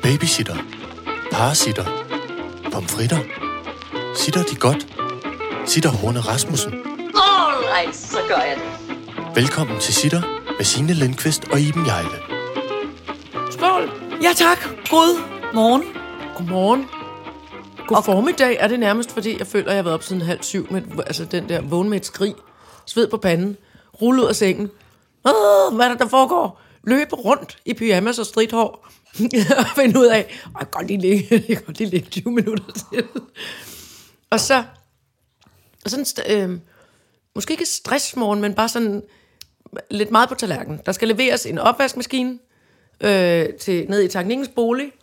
Babysitter. Parasitter. Pomfritter. Sitter de godt? Sitter Horne Rasmussen. Alright, så gør jeg det. Velkommen til Sitter med Signe Lindqvist og Iben Hjejle. Skål. Ja tak. God morgen. Godmorgen. God formiddag er det nærmest, fordi jeg føler, at jeg har været op siden 6:30 med altså den der vågen med et skrig, sved på panden, rulle ud af sengen. Hvad er der foregår? Løbe rundt i pyjamas og stridthår og finde ud af, jeg kan godt lige ligge 20 minutter til. Og så sådan, måske ikke stressmorgen, men bare sådan lidt meget på tallerkenen. Der skal leveres en opvaskemaskine ned i Teknikkens bolig.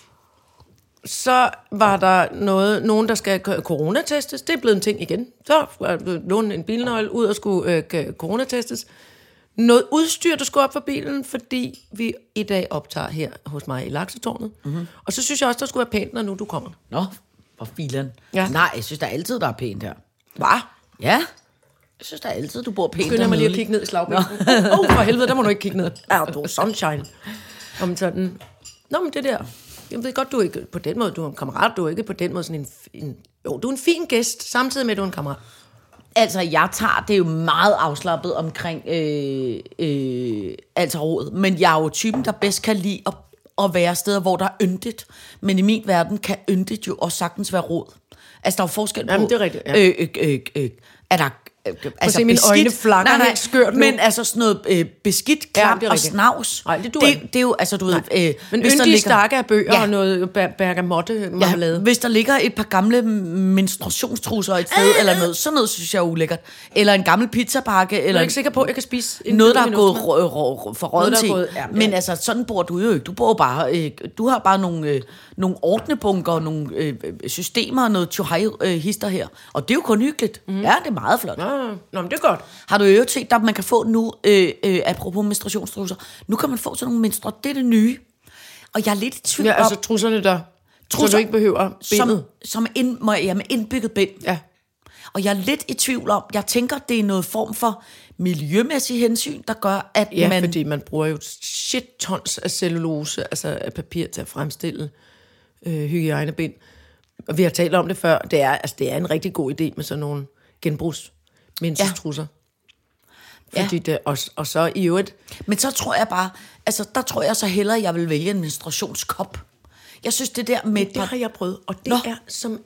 Så var der nogen, der skal coronatestes. Det er blevet en ting igen. Så var der låne en bilnøgle ud og skulle coronatestes. Noget udstyr, der skulle op for bilen, fordi vi i dag optager her hos mig i Laksetårnet. Mm-hmm. Og så synes jeg også, der skulle være pænt, når nu du kommer. Nå, for filen. Ja. Nej, jeg synes der er altid, der er pænt her. Hvad? Ja. Jeg synes der er altid, du bor pænt. Skynder mig lige at kigge ned i slagbænken. For helvede, der må du ikke kigge ned. Du er sunshine. Om sådan. Nå, men det der. Jeg ved godt, du er ikke på den måde, du er en kammerat. Du er ikke på den måde sådan jo, du er en fin gæst, samtidig med, at du er en kammerat. Altså, jeg tager det jo meget afslappet omkring altarådet, men jeg er jo typen, der bedst kan lide at være steder, hvor der er yndigt. Men i min verden kan yndigt jo også sagtens være rod. Altså, der er jo forskel på... Jamen, det er rigtigt, ja. Er der... Altså se mine øjne flakker helt skørt nu. Men altså sådan noget beskidt, klam og snavs. Nej, det er jo, altså du ved... men yndige stakke af bøger og noget bergamotte marmelade. Ja, hvis der ligger et par gamle menstruationstrusser et sted eller noget, sådan noget synes jeg er ulækkert. Eller en gammel pizzapakke. Eller jeg er ikke sikker på, at jeg kan spise noget, der er gået for råden til. Ja. Men altså, sådan bor du jo ikke. Du bor bare... du har bare nogle ordnebunker og nogle systemer og noget tjohej-hister her. Og det er jo kun hyggeligt. Mm. Ja, det er meget flot. Nå, men det er godt. Har du jo set, at man kan få nu, apropos menstruationstrusser, nu kan man få sådan nogle det er det nye. Og jeg er lidt i tvivl om... Ja, altså trusserne der, så du ikke behøver bindet. Som med indbygget bind. Ja. Og jeg er lidt i tvivl om, jeg tænker, det er noget form for miljømæssig hensyn, der gør, at ja, man... fordi man bruger jo shit tons af cellulose, altså af papir til at fremstille hygiejnebind. Og vi har talt om det før, det er en rigtig god idé med sådan nogle genbrugsmensestrusser. Ja. Fordi det, og så i øvrigt... Men så tror jeg bare, altså der tror jeg så hellere, at jeg vil vælge en menstruationskop. Jeg synes det der med... Det har jeg prøvet, og det er som...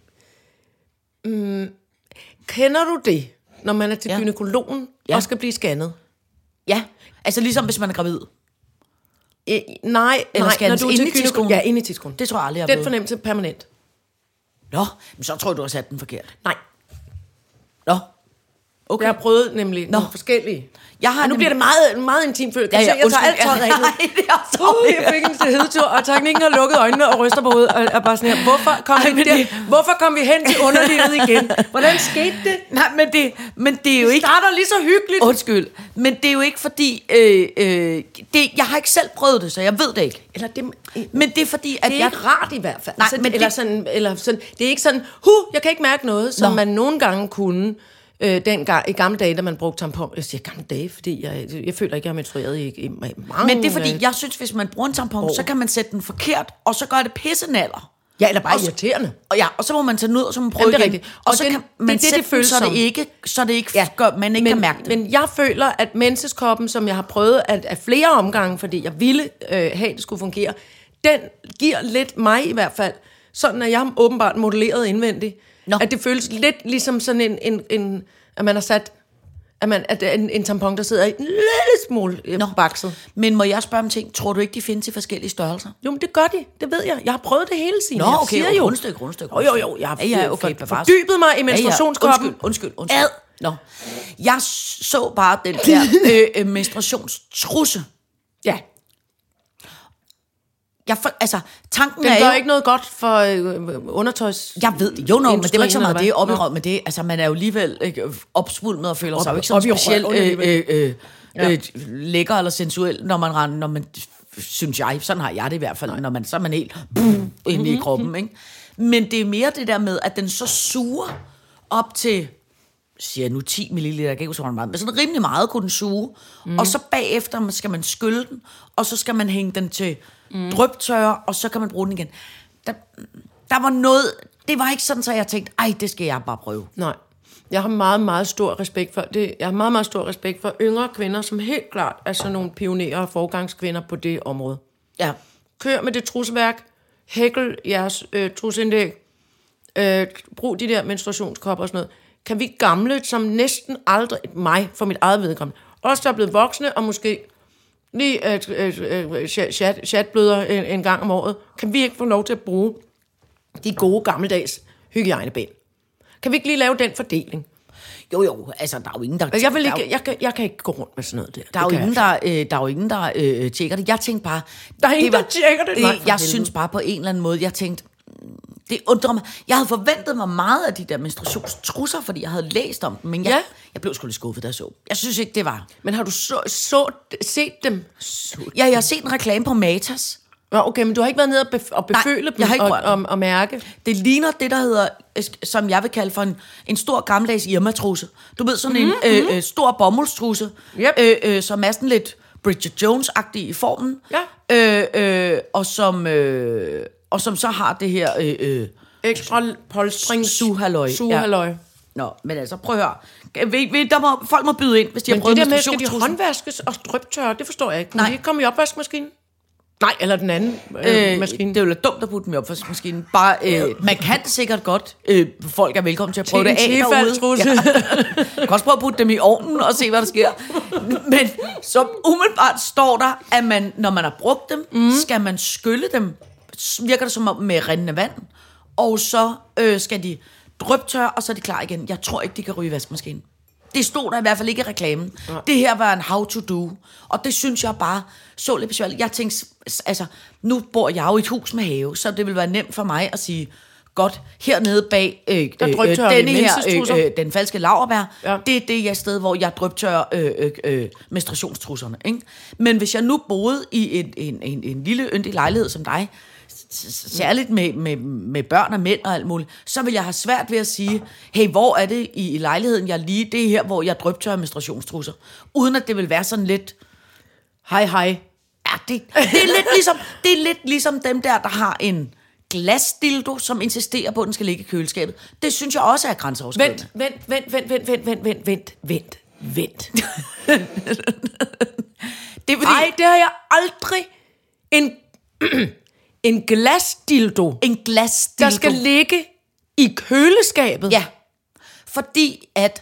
kender du det, når man er til gynækologen og skal blive scannet? Ja, altså ligesom hvis man er gravid. Nej, når du er til gynækologen. Ja, inde i tidskolen. Det tror jeg aldrig, jeg har den fornemmelse permanent. Nå, men så tror jeg, du har sat den forkert. Nej. Nå. Okay. Jeg har prøvet nemlig nogle forskellige. Nu bliver det meget, meget intimt følelse. Jeg tager alt tøjet af nu. Jeg fik en hedetur, og Teknikken har lukket øjnene og ryster på hovedet, og er bare sådan her, hvorfor kom vi hen til underlivet igen? Hvordan skete det? Nej, men det er jo ikke... Det starter lige så hyggeligt. Undskyld, men det er jo ikke fordi... jeg har ikke selv prøvet det, så jeg ved det ikke. Men det er fordi, at det er ikke rart i hvert fald. Nej, altså, men eller sådan, det er ikke sådan, jeg kan ikke mærke noget, som man nogle gange kunne... i gamle dage, da man brugte tampon. Jeg siger gamle dage, fordi jeg føler ikke, jeg har menstrueret i mange... Men det er fordi, jeg synes, hvis man bruger en tampon, så kan man sætte den forkert, og så gør det pissenaller. Ja, eller bare irriterende. Og så må man tage den ud, og så må man prøve igen. Rigtigt. Og så kan man sætte den, så det ikke gør, man ikke kan mærke det. Men jeg føler, at menseskoppen, som jeg har prøvet at flere omgange, fordi jeg ville have, det skulle fungere, den giver lidt mig i hvert fald, sådan at jeg har åbenbart modelleret indvendigt, at det føles lidt ligesom sådan en at man har sat, at en tampon, der sidder i en lille smule bakset. Men må jeg spørge om ting? Tror du ikke, de findes i forskellige størrelser? Jo, men det gør de. Det ved jeg. Jeg har prøvet det hele tiden. Nå, okay. Grundstykke. Jo. Jeg har fordybet mig i menstruationskoppen. Undskyld. Nå. Jeg så bare den der menstruationstrusse. Ja. Tanken den er gør jo ikke noget godt for undertøjs. Jeg ved det. Jo, men det var ikke så meget det op i røv, men det, altså man er jo alligevel opsvulmet og føler sig jo ikke så specielt lækker eller sensuel, når man synes jeg, sådan har jeg det i hvert fald, når så er man helt inde i kroppen, ikke? Men det er mere det der med, at den så suger op til, siger nu 10 ml, jeg kan ikke så meget, men sådan rimelig meget kunne den suge, og så bagefter skal man skylle den, og så skal man hænge den til dryptørre, og så kan man bruge den igen. Der var noget, det var ikke sådan, så jeg tænkte, ej, det skal jeg bare prøve. Nej. Jeg har meget, meget stor respekt for det. Jeg har meget, meget stor respekt for yngre kvinder, som helt klart er sådan nogle pionerer og forgangskvinder på det område. Ja. Kør med det trusværk, hækkel jeres trusindlæg, brug de der menstruationskopper og sådan noget. Kan vi gamle, som næsten aldrig, mig for mit eget vedkommende, også der er blevet voksne, og måske lige chatbløder en gang om året, kan vi ikke få lov til at bruge de gode gammeldags hygiejnebind? Kan vi ikke lige lave den fordeling? Jo, altså der er jo ingen, der... Jeg kan ikke gå rundt med sådan noget der. Der er jo ingen, der tjekker det. Jeg tænkte bare... Der er ingen, der tjekker det. Jeg synes bare på en eller anden måde, jeg tænkte... Det undrer mig. Jeg havde forventet mig meget af de der menstruationstrusser, fordi jeg havde læst om dem, men jeg blev sgu lidt skuffet, da jeg så. Jeg synes ikke, det var... Men har du set dem? Ja, jeg har set en reklame på Matas. Ja, okay, men du har ikke været nede og beføle dem og mærke? Det ligner det, der hedder, som jeg vil kalde for en stor gammeldags Irma-trusse. Du ved, sådan en stor bomuldstrusse, som er sådan lidt Bridget Jones-agtig i formen, og som så har det her... ekstra polstring. Suhalløj. Ja. Nå, men altså, prøv at høre. Folk må byde ind, hvis de har prøvet menstruationstrussen. Men det der med, skal de håndvaskes og dryptørre, det forstår jeg ikke. Nej. Kan de ikke komme i opvaskemaskinen? Nej, eller den anden maskine. Det er jo lidt dumt at putte dem i opvaskemaskinen. Man kan sikkert godt. Folk er velkommen til at prøve det af derude. Ja. Du kan også prøve at putte dem i ovnen og se, hvad der sker. Men så umiddelbart står der, at man, når man har brugt dem, skal man skylle dem. Virker det som om med rindende vand. Og så skal de dryptørre, og så er de klar igen. Jeg tror ikke, de kan ryge i vaskemaskinen. Det stod der i hvert fald ikke i reklamen. Ja. Det her var en how to do. Og det synes jeg bare så lidt besværligt. Jeg tænkte, altså, nu bor jeg jo i et hus med have, så det vil være nemt for mig at sige, godt, hernede bag denne her, den falske laurbær, det er det sted, hvor jeg dryptørrer menstruationstrusserne. Ikke? Men hvis jeg nu boede i en lille yndig lejlighed som dig, særligt med børn og mænd og alt muligt, så vil jeg have svært ved at sige, hey, hvor er det i lejligheden, jeg lige, det er her, hvor jeg dryptørrer menstruationstrusser, uden at det vil være sådan lidt, hej. Ja, det er lidt ligesom dem der har en glasdildo, som insisterer på, at den skal ligge i køleskabet. Det synes jeg også er grænseoverskridende. Vent. Nej, det har jeg aldrig... En glasdildo. En glasdildo. Der skal ligge i køleskabet. Ja, fordi at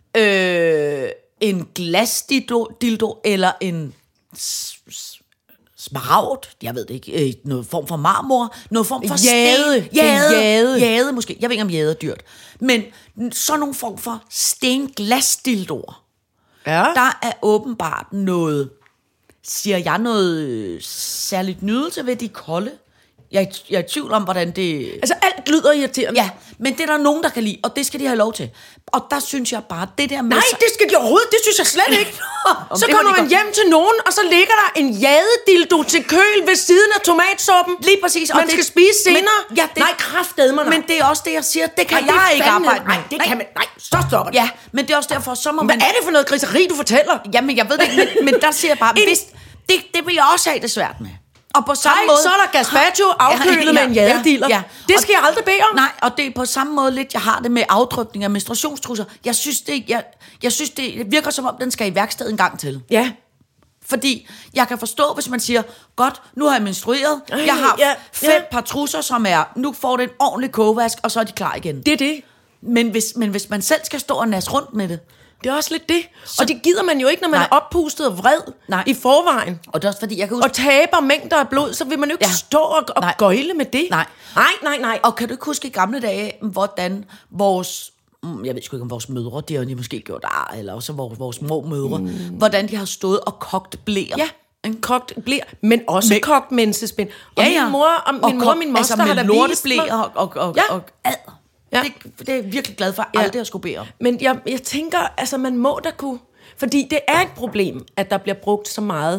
en glasdildo eller en smaragd, jeg ved det ikke, noget form for marmor, noget form for jade måske. Jeg ved ikke, om jade er dyrt. Men sådan nogle form for stenglasdildoer. Ja. Der er åbenbart noget, siger jeg, noget særligt nydelse ved de kolde. Jeg er i tvivl om, hvordan det... Altså, alt lyder irriterende. Ja, men det er der nogen, der kan lide, og det skal de have lov til. Og der synes jeg bare, det der med... Nej, det skal de overhovedet, det synes jeg slet ikke. Så kommer man hjem til nogen, og så ligger der en jadedildo til køl ved siden af tomatsuppen. Lige præcis. Man skal spise senere. Nej, kraftedme. Men det er også det, jeg siger, det kan jeg ikke arbejde med. Nej, det kan man... Nej, så stopper det. Ja, men det er også derfor, så må man... Hvad er det for noget griseri, du fortæller? Jamen, jeg ved det ikke, men der siger jeg bare, det vil jeg også have det svært med. Og på samme måde, så er der gazpacho afkølet med en jadediller. Ja. Det skal jeg aldrig bede om. Nej, og det er på samme måde lidt, jeg har det med afdrypning af menstruationstrusser. Jeg synes, det virker som om, den skal i værksted en gang til. Ja. Fordi jeg kan forstå, hvis man siger, godt, nu har jeg menstrueret, jeg har 5 par trusser, som er, nu får det en ordentlig kogevask, og så er de klar igen. Det er det. Men hvis man selv skal stå og nasse rundt med det, det er også lidt det. Og det gider man jo ikke, når man er oppustet og vred i forvejen. Og det er også fordi, jeg kan huske... Og taber mængder af blod, så vil man jo ikke stå og gøjle med det. Nej. Og kan du ikke huske i gamle dage, hvordan vores... Jeg ved sgu ikke, om vores mødre, det har de måske gjort, eller også vores mødre, hvordan de har stået og kogt blæer. Ja, kogt blæer, men også kogt mensespind. Og min mor og min moster har der vist mig... og Ja. Det er jeg virkelig glad for aldrig at skulle bede om. Men jeg tænker, altså man må da kunne... Fordi det er et problem, at der bliver brugt så meget,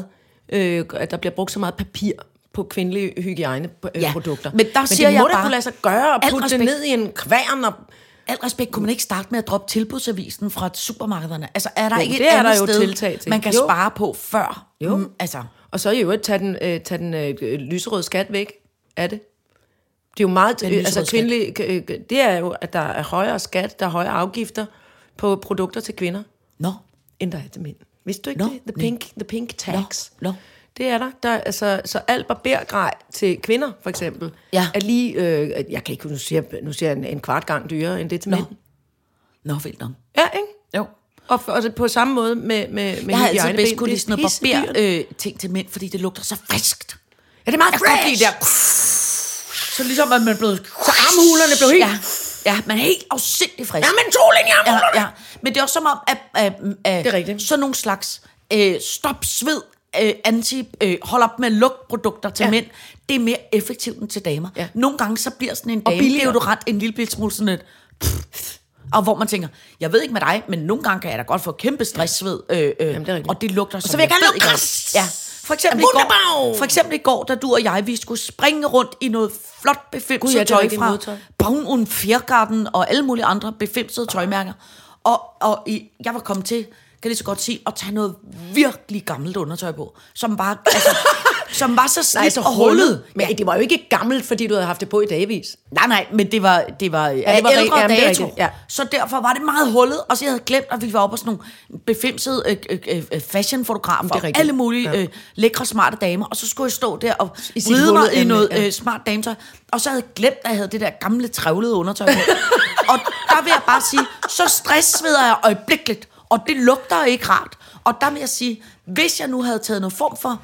papir på kvindelige hygiejneprodukter. Men der siger det må jeg da kunne lade sig gøre og putte det ned i en kværn og... Al respekt, kunne man ikke starte med at droppe tilbudsavisen fra supermarkederne? Altså er der ikke et andet sted, tiltag til. Man kan spare på før? Jo. Altså. Og så i øvrigt tage den lyserøde skat væk af det. Det er jo meget, altså kvindelig, det er jo, at der er højere skat, der er højere afgifter på produkter til kvinder, end der er til mænd. Vidste du ikke det? The pink tax. Det er der altså, så alt barbergrej til kvinder, for eksempel, er lige, jeg kan ikke, nu siger jeg en kvart gang dyrere, end det til mænd. Vildt nok. Ja, ikke? Jo. Og på samme måde med jeg har altid bedst kunne lide sådan noget barber-ting til mænd, fordi det lugter så friskt. Ja, det er meget fresh. Så ligesom at man er blevet... Så armhulerne blev helt... Ja, man er helt afsindig frisk. Ja, men solen i armhulerne! Ja. Men det er også som om, at det er rigtigt. Sådan nogle slags stop sved, hold op med lugtprodukter til mænd, det er mere effektivt end til damer. Ja. Nogle gange så bliver sådan en dame-deodorant en lille smule sådan et... Og hvor man tænker, jeg ved ikke med dig, men nogle gange kan jeg da godt få kæmpe stresssved, og det lugter som... Og så vil jeg gerne lugte græs! Ja. For eksempel i går, da du og jeg, vi skulle springe rundt i noget flot befimset tøj fra Braun und Fiergarten og alle mulige andre befimsede tøjmærker. Og jeg var kommet til, kan det så godt sige, at tage noget virkelig gammelt undertøj på, som bare... som var så slidt og hullet. Men det var jo ikke gammelt, fordi du havde haft det på i dagvis. Nej, men det var ældre dato. Ja. Så derfor var det meget hullet, og så jeg havde glemt, at vi var oppe på sådan nogle befimsede fashionfotografer, og alle mulige lækre, smarte damer, og så skulle jeg stå der og vride mig i noget smart dametøj, og så havde jeg glemt, at jeg havde det der gamle, trævlede undertøj på. Og der vil jeg bare sige, så stresssveder jeg øjeblikkeligt, og det lugter ikke rart. Og der vil jeg sige, hvis jeg nu havde taget noget form for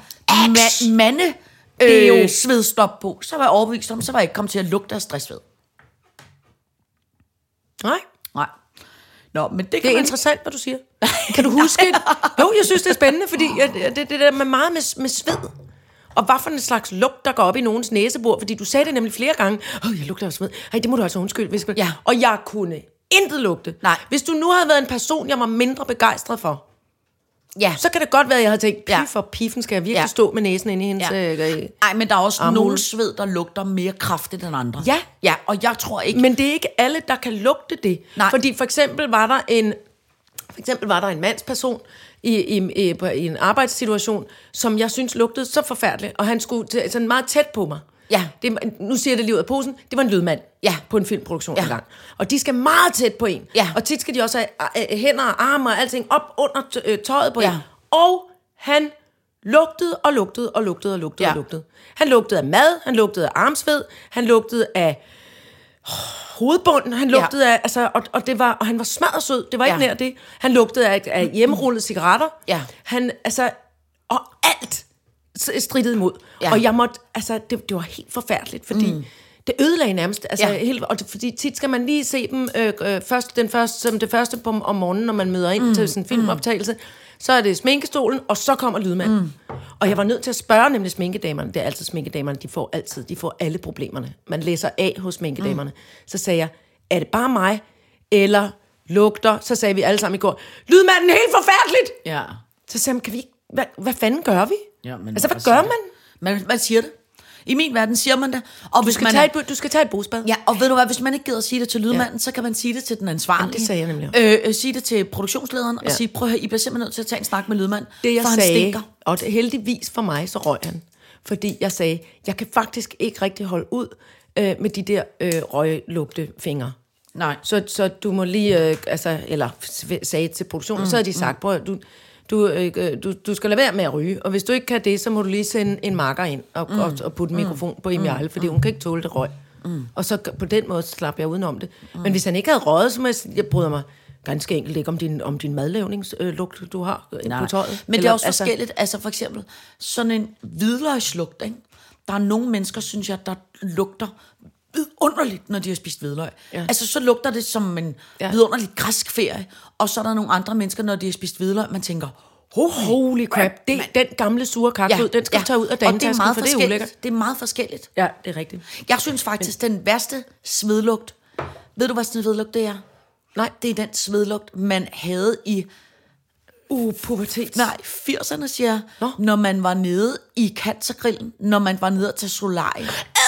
svedstop på, så var jeg overbevist om, så var jeg ikke kommet til at lugte af stressved. Nej. Nå, men det er interessant, hvad du siger. Kan du huske det? Jo, jeg synes, det er spændende, fordi det der med meget med sved. Og hvad for en slags lugt, der går op i nogens næsebor, fordi du sagde det nemlig flere gange. Jeg lugter af sved. Ej, det må du altså undskylde. Og jeg kunne intet lugte. Nej. Hvis du nu havde været en person, jeg var mindre begejstret for, så kan det godt være, at jeg havde tænkt, for piffen, skal jeg virkelig stå med næsen inde i hendes... Nej, men der er også nogle sved, der lugter mere kraftigt end andre. Ja, og jeg tror ikke... Men det er ikke alle, der kan lugte det. Nej. Fordi for eksempel var der en mandsperson i en arbejdssituation, som jeg synes lugtede så forfærdeligt, og han skulle sådan meget tæt på mig. Ja. Nu siger jeg det lige ud af posen. Det var en lydmand på en filmproduktion engang. Og de skal meget tæt på en. Ja. Og tit skal de også have hænder og arme og alting op under tøjet på en. Og han lugtede og lugtede og lugtede og lugtede og lugtede. Han lugtede af mad, han lugtede af armsved, han lugtede af hovedbunden, han lugtede af, altså, og han var smadret. Det var ikke nær det. Han lugtede af hjemmerullede cigaretter. Ja. Han, altså, og alt strittede imod. Ja. Og jeg måtte, altså, det var helt forfærdeligt, fordi det ødelagde nærmest, altså, fordi tit skal man lige se dem som det første om morgenen, når man møder ind til sådan en filmoptagelse, så er det sminkestolen, og så kommer lydmanden. Og jeg var nødt til at spørge nemlig sminkedamerne, det er altid sminkedamerne, de får alle problemerne. Man læser af hos sminkedamerne. Så sagde jeg, er det bare mig, eller lugter? Så sagde vi alle sammen i går, lydmanden er helt forfærdeligt! Ja. Så sagde jeg, hvad fanden gør vi? Ja, altså, hvad gør man? Man siger det. I min verden siger man det. Og du skal tage et brugsbad. Ja, og ved du hvad, hvis man ikke gider at sige det til lydmanden, så kan man sige det til den ansvarlige. Ja, det sagde jeg nemlig. Sige det til produktionslederen, og sige, prøv at høre, I bliver simpelthen nødt til at tage en snak med lydmanden. Det jeg sagde, og det, heldigvis for mig, så røg han. Fordi jeg sagde, jeg kan faktisk ikke rigtig holde ud med de der røglugtefingre. Nej. Så du må lige, eller sagde til produktionen, så havde de sagt, prøv du skal lade være med at ryge, og hvis du ikke kan det, så må du lige sende en makker ind og putte en mikrofon på Emilie, fordi hun kan ikke tåle det røg. Og så på den måde slap jeg udenom det. Men hvis han ikke havde røget, så må jeg bryder mig ganske enkelt ikke om din madlavningslugt, du har på tøjet. Men det er også forskelligt. Altså for eksempel sådan en hvidløgslugt, ikke? Der er nogle mennesker, synes jeg, der lugter vidunderligt, når de har spist hvidløg. Ja. Altså, så lugter det som en vidunderlig græsk ferie. Og så er der nogle andre mennesker, når de har spist hvidløg, man tænker, holy crap, den gamle sure kakkelud, den skal tage ud af dametasken, for det er ulækkert. Det er meget forskelligt. Ja, det er rigtigt. Jeg synes faktisk, den værste svedlugt, ved du, hvad sådan en svedlugt det er? Nej, det er den svedlugt, man havde i pubertet. Nej, 80'erne, siger jeg, når man var nede i Cancergrillen, når man var nede til solarie.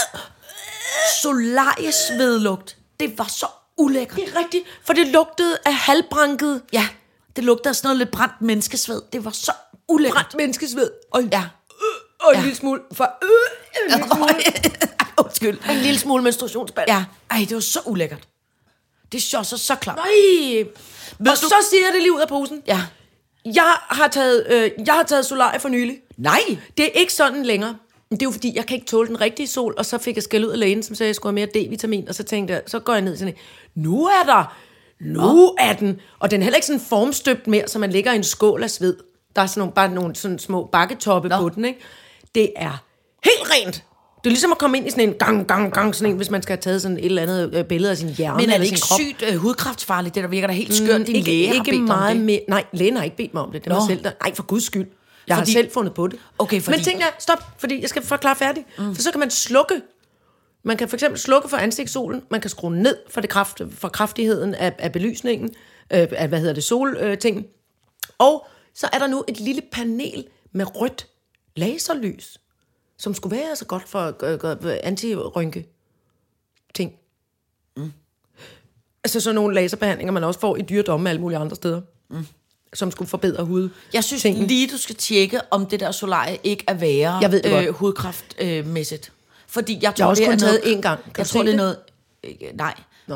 Solariesvedlugt. Det var så ulækkert. Det er rigtigt, for det lugtede af halvbranket. Ja, det lugtede af sådan noget lidt brændt menneskesved. Det var så ulækkert. Brændt menneskesved. Ja. en lille smule Undskyld. En lille smule menstruationsband. Ja, ej, det var så ulækkert. Det er så klart. Nej. Og så siger jeg det lige ud af posen. Ja. Jeg har taget Solaria for nylig. Nej. Det er ikke sådan længere. Det er jo fordi, jeg kan ikke tåle den rigtige sol, og så fik jeg skæld ud af lægen, som sagde, at jeg skulle have mere D-vitamin, og så tænkte jeg, så går jeg ned til den. Nu er den. Og den er heller ikke sådan formstøbt mere, så man ligger i en skål af sved. Der er bare nogle sådan små bakketoppe på den, ikke? Det er helt rent. Det er ligesom at komme ind i sådan en gang, sådan en, hvis man skal have taget sådan et eller andet billede af sin hjerne. Men er det ikke sygt hudkræftsfarligt, det der virker da helt skørt, din læge har bedt meget om det? Mere. Nej, lægen har ikke bedt mig om det. Det var selv der. Nej, for guds skyld. Jeg har selv fundet på det. Okay, Men tænk jer, stop, fordi jeg skal forklare færdig. For så kan man slukke. Man kan for eksempel slukke for ansigtssolen. Man kan skrue ned for kraftigheden af belysningen. Af, soltingen. Og så er der nu et lille panel med rødt laserlys, som skulle være så godt for anti-rynke ting. Altså sådan nogle laserbehandlinger, man også får i dyredomme og alle mulige andre steder. Som skulle forbedre hud. Jeg synes lige, du skal tjekke, om det der Solaria ikke er værre hudkræftmæssigt. Fordi jeg tror, jeg har også kun taget én gang. Jeg tror, det er noget... Nej.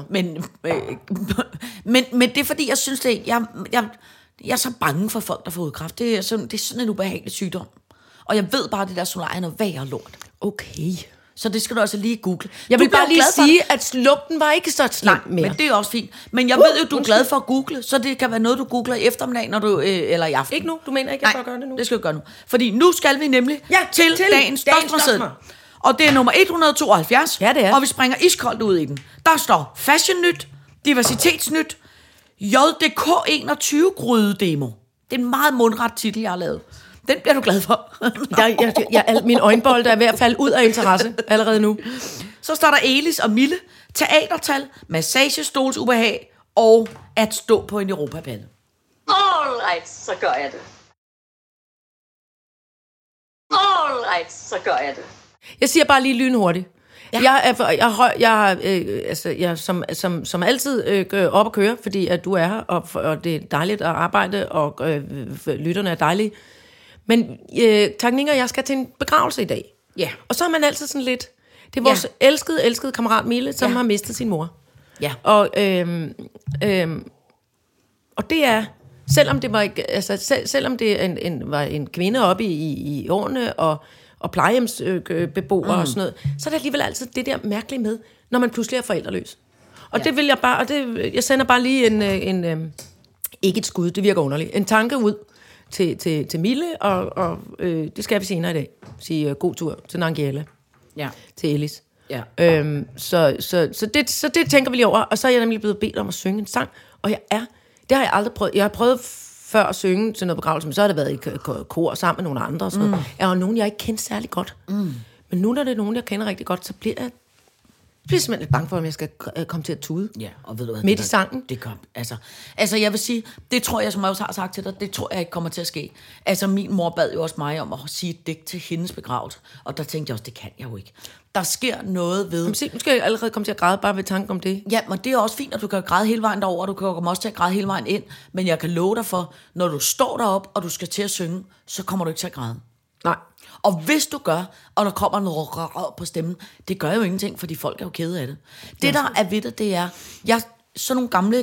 Men det er fordi, jeg synes, det jeg er så bange for folk, der får hudkræft. Det er sådan en ubehagelig sygdom. Og jeg ved bare, at det der Solaria er noget værre lort. Okay. Så det skal du altså lige google. Jeg vil bare lige sige, at lugten var ikke så slem mere. Men det er også fint. Men jeg ved jo, du er glad for at google, så det kan være noget, du googler i eftermiddag, når du, eller i aften. Ikke nu? Du mener ikke, jeg skal gøre det nu? Det skal vi gøre nu. Fordi nu skal vi nemlig til dagens stofseddel. Og det er nummer 172. Ja, det er. Og vi springer iskoldt ud i den. Der står Fashion-nyt, Diversitetsnyt, JDK 21 grydedemo. Det er en meget mundret titel, jeg har lavet. Den bliver du glad for. Min øjenbold er ved at falde ud af interesse allerede nu. Så står der Elis og Mille, teatertal, massagestolsubehag og at stå på en europapande. Alright, så gør jeg det. Alright, så gør jeg det. Jeg siger bare lige lynhurtigt. Ja. Jeg er som altid op at køre, fordi at du er her, og det er dejligt at arbejde, og lytterne er dejlige. Men Tangning og jeg skal til en begravelse i dag. Ja. Og så er man altid sådan lidt... Det er vores elskede kammerat Mille, som har mistet sin mor. Ja. Og det er... Selvom det var ikke, altså selvom det var en kvinde oppe i årene og plejehjemsbeboere og sådan noget, så er der alligevel altid det der mærkelige med, når man pludselig er forældreløs. Og det vil jeg bare, jeg sender bare lige en ikke et skud, det virker underligt, en tanke ud til Mille, og det skal vi senere i dag. Sige god tur til Nangiela. Ja. Til Ellis. Ja. Så det tænker vi lige over, og så er jeg nemlig blevet bedt om at synge en sang, og det har jeg aldrig prøvet. Jeg har prøvet før at synge til noget begravelse, men så har det været i kor sammen med nogle andre og sådan noget. Jeg har nogen, jeg ikke kender særlig godt. Men nu, når det er nogen, jeg kender rigtig godt, så bliver jeg simpelthen lidt bange for, om jeg skal komme til at tude. Ja, og ved du hvad? Midt i sangen. Det kom. Altså, jeg vil sige, det tror jeg, som jeg også har sagt til dig, det tror jeg ikke kommer til at ske. Altså, min mor bad jo også mig om at sige et digt til hendes begravelse, og der tænkte jeg også, det kan jeg jo ikke. Der sker noget ved... Nu skal jeg allerede komme til at græde bare ved tanken om det. Ja, men det er også fint, at du kan græde hele vejen derover, og du kan komme også til at græde hele vejen ind, men jeg kan love dig for, når du står derop og du skal til at synge, så kommer du ikke til at græde. Nej. Og hvis du gør, og der kommer noget på stemmen, det gør jo ingenting, fordi folk er jo kede af det. Det, der er ved det er, sådan nogle gamle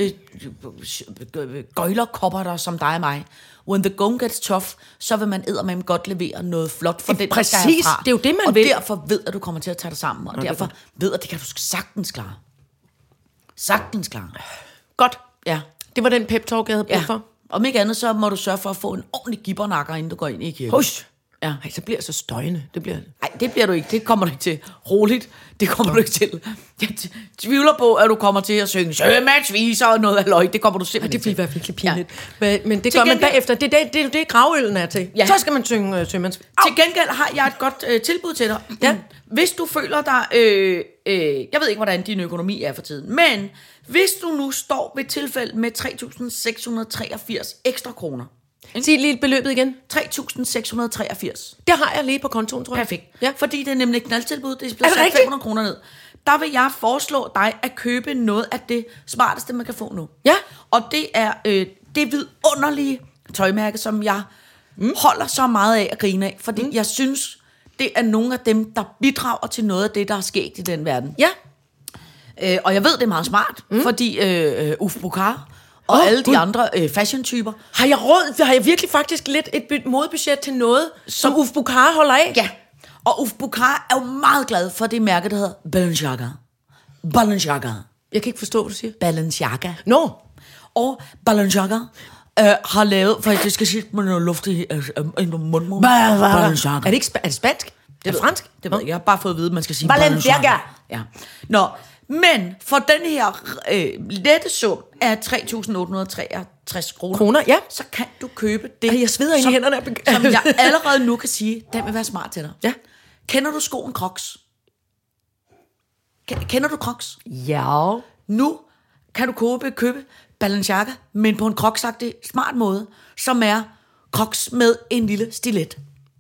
gøjlerkopper der, som dig og mig, when the going gets tough, så vil man eddermame godt levere noget flot for den, der skal herfra. Det er jo det, man og vil. Og derfor ved at du kommer til at tage dig sammen, og derfor ved at det kan du sagtens klare. Sagtens klare. Godt. Ja. Det var den pep-talk, jeg havde brug for. Om ikke andet, så må du sørge for at få en ordentlig gibbernakker, inden du går ind i kirken. Hush! Ja. Ej, så bliver jeg så støjende. Nej, det bliver du ikke. Det kommer du ikke til. Roligt. Det kommer du ikke til. Jeg tvivler på, at du kommer til at synge sømandsviser og noget af løg. Det kommer du simpelthen til. Det bliver virkelig pinligt. Ja. Men det gør man bagefter. Det er det, gravøllen er til. Ja. Så skal man synge sømandsviser. Til gengæld har jeg et godt tilbud til dig. Ja. Hvis du føler dig... jeg ved ikke, hvordan din økonomi er for tiden. Men hvis du nu står ved tilfælde med 3.683 ekstra kroner. Sig lige beløbet igen. 3.683. Det har jeg lige på kontoen, tror jeg. Perfekt. Ja. Fordi det er nemlig et knaldtilbud. Det er blevet sat 500 kroner ned. Der vil jeg foreslå dig at købe noget af det smarteste, man kan få nu. Ja. Og det er det vidunderlige tøjmærke, som jeg holder så meget af at grine af, fordi jeg synes, det er nogle af dem, der bidrager til noget af det, der er sket i den verden. Ja. Og jeg ved, det er meget smart, fordi Uffe Bukar og alle de andre fashion-typer. Har jeg virkelig faktisk lidt et modebudget til noget, som Uffe Bukar holder af? Ja, og Uffe Bukar er jo meget glad for det mærke, der hedder Balenciaga. Balenciaga. Jeg kan ikke forstå, hvad du siger. Balenciaga. Nå. Og Balenciaga har lavet, for jeg skal sige med noget luft i mundmål. Balenciaga. Er det spansk? Det er fransk? Det ved jeg. Jeg har bare fået at vide, at man skal sige Balenciaga. Ja. Nå, men for den her lette sum af 3.863 kroner, Ja. så kan du købe det. Jeg sveder ind i hænderne. Som jeg allerede nu kan sige, den vil være smart til dig. Ja. Kender du skoen Crocs? Kender du Crocs? Ja. Nu kan du købe Balenciaga, men på en Crocs-agtig smart måde, som er Crocs med en lille stilet.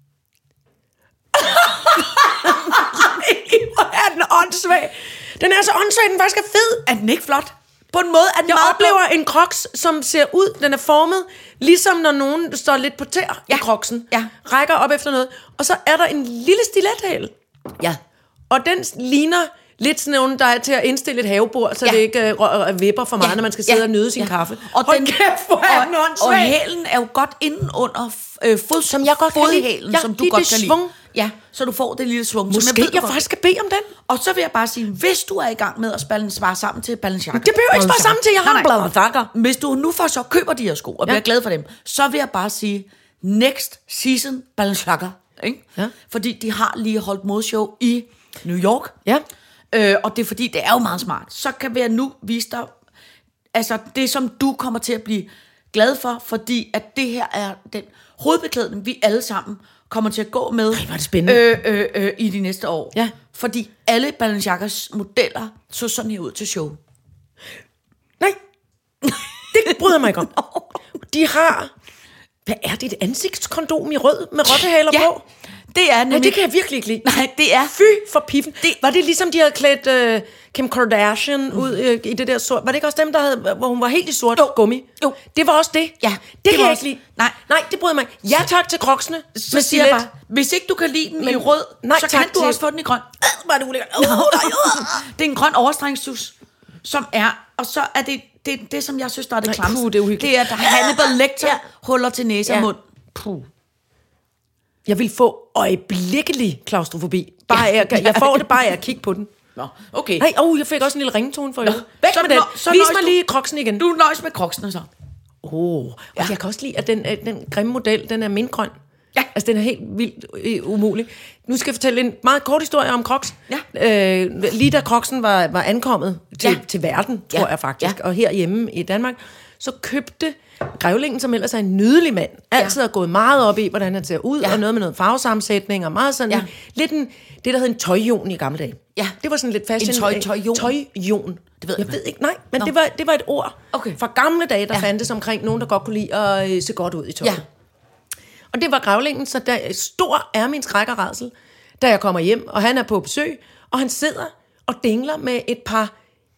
Hvor er den åndssvag. Den er så åndssvag, den faktisk er fed. Er den ikke flot? På en måde er den Jeg meget oplever en Crocs, som ser ud, den er formet, ligesom når nogen står lidt på tæer i Crocsen. Ja. Rækker op efter noget. Og så er der en lille stilethæl. Ja. Og den ligner lidt sådan nogen, der er til at indstille et havebord, så det ikke vipper for meget, når man skal sidde og nyde sin kaffe. Og hold den, kæft, hvor er den åndssvag. og hælen er jo godt inden under som jeg godt kan lide. fodhælen, Ja, som du lige godt det kan lide. svung. Ja, så du får det lille svung. Måske jeg faktisk skal bede om den. Og så vil jeg bare sige, hvis du er i gang med at spare sammen til Balenciaga. Det behøver ikke spare sammen til, jeg har en Balenciaga. Hvis du nu først så køber de her sko, og bliver glad for dem, så vil jeg bare sige, next season Balenciaga. Ikke? Ja. Fordi de har lige holdt modshow i New York. Ja. Og det er fordi, det er jo meget smart. Så kan jeg nu vise dig, altså det som du kommer til at blive glad for, fordi at det her er den hovedbeklædning, vi alle sammen kommer til at gå med. Ej, hvor er det spændende. I de næste år. Ja. Fordi alle Balenciagas modeller så sådan her ud til show. Nej, det bryder mig ikke om. De har, hvad er det, et ansigtskondom i rød med rottehaler på? Det er nemlig... Nej, det kan jeg virkelig ikke lide. Nej, det er... Fy for piffen. Var det ligesom, de havde klædt Kim Kardashian ud i det der sort? Var det ikke også dem, der havde, hvor hun var helt i sort gummi? Jo. Det var også det? Ja. Det kan jeg også... ikke lide. Nej, det bryder mig. Ja tak til Crocsene. Så siger jeg bare, hvis ikke du kan lide den i rød, så kan du også få den i grøn. Var det ulækkert? Det er en grøn overstrengstus, som er... Og så er det som jeg synes, der er det klammeste. Det er uhyggeligt. Det er, der Hannibal Lecter huller til næse og mund. Puh. Jeg vil få øjeblikkelig klaustrofobi. Jeg får det bare af at kigge på den. Nå, okay. Nej, jeg fik også en lille ringtone for øjet. Væk Så med den. så Vis mig lige Crocsen igen. Du nøjes med Crocsene så. Og jeg kan også lide, at den grimme model, den er mintgrøn. Ja. Altså, den er helt vildt umulig. Nu skal jeg fortælle en meget kort historie om Crocs. Ja. Lige da Crocsen var ankommet til verden, tror jeg faktisk, og herhjemme i Danmark, så købte Grævlingen, som ellers er en nydelig mand, altid har gået meget op i, hvordan han ser ud, og noget med noget farvesammensætning, og meget sådan lidt det, der hed en tøjjon i gamle dage. Ja. Det var sådan lidt fashion. En tøjjon? Tøjjon. Det ved jeg ved ikke, nej, men det var et ord fra gamle dage, der fandtes omkring nogen, der godt kunne lide at se godt ud i tøj. Ja. Og det var Grævlingen, så der stor er min skræk og rædsel, da jeg kommer hjem, og han er på besøg, og han sidder og dingler med et par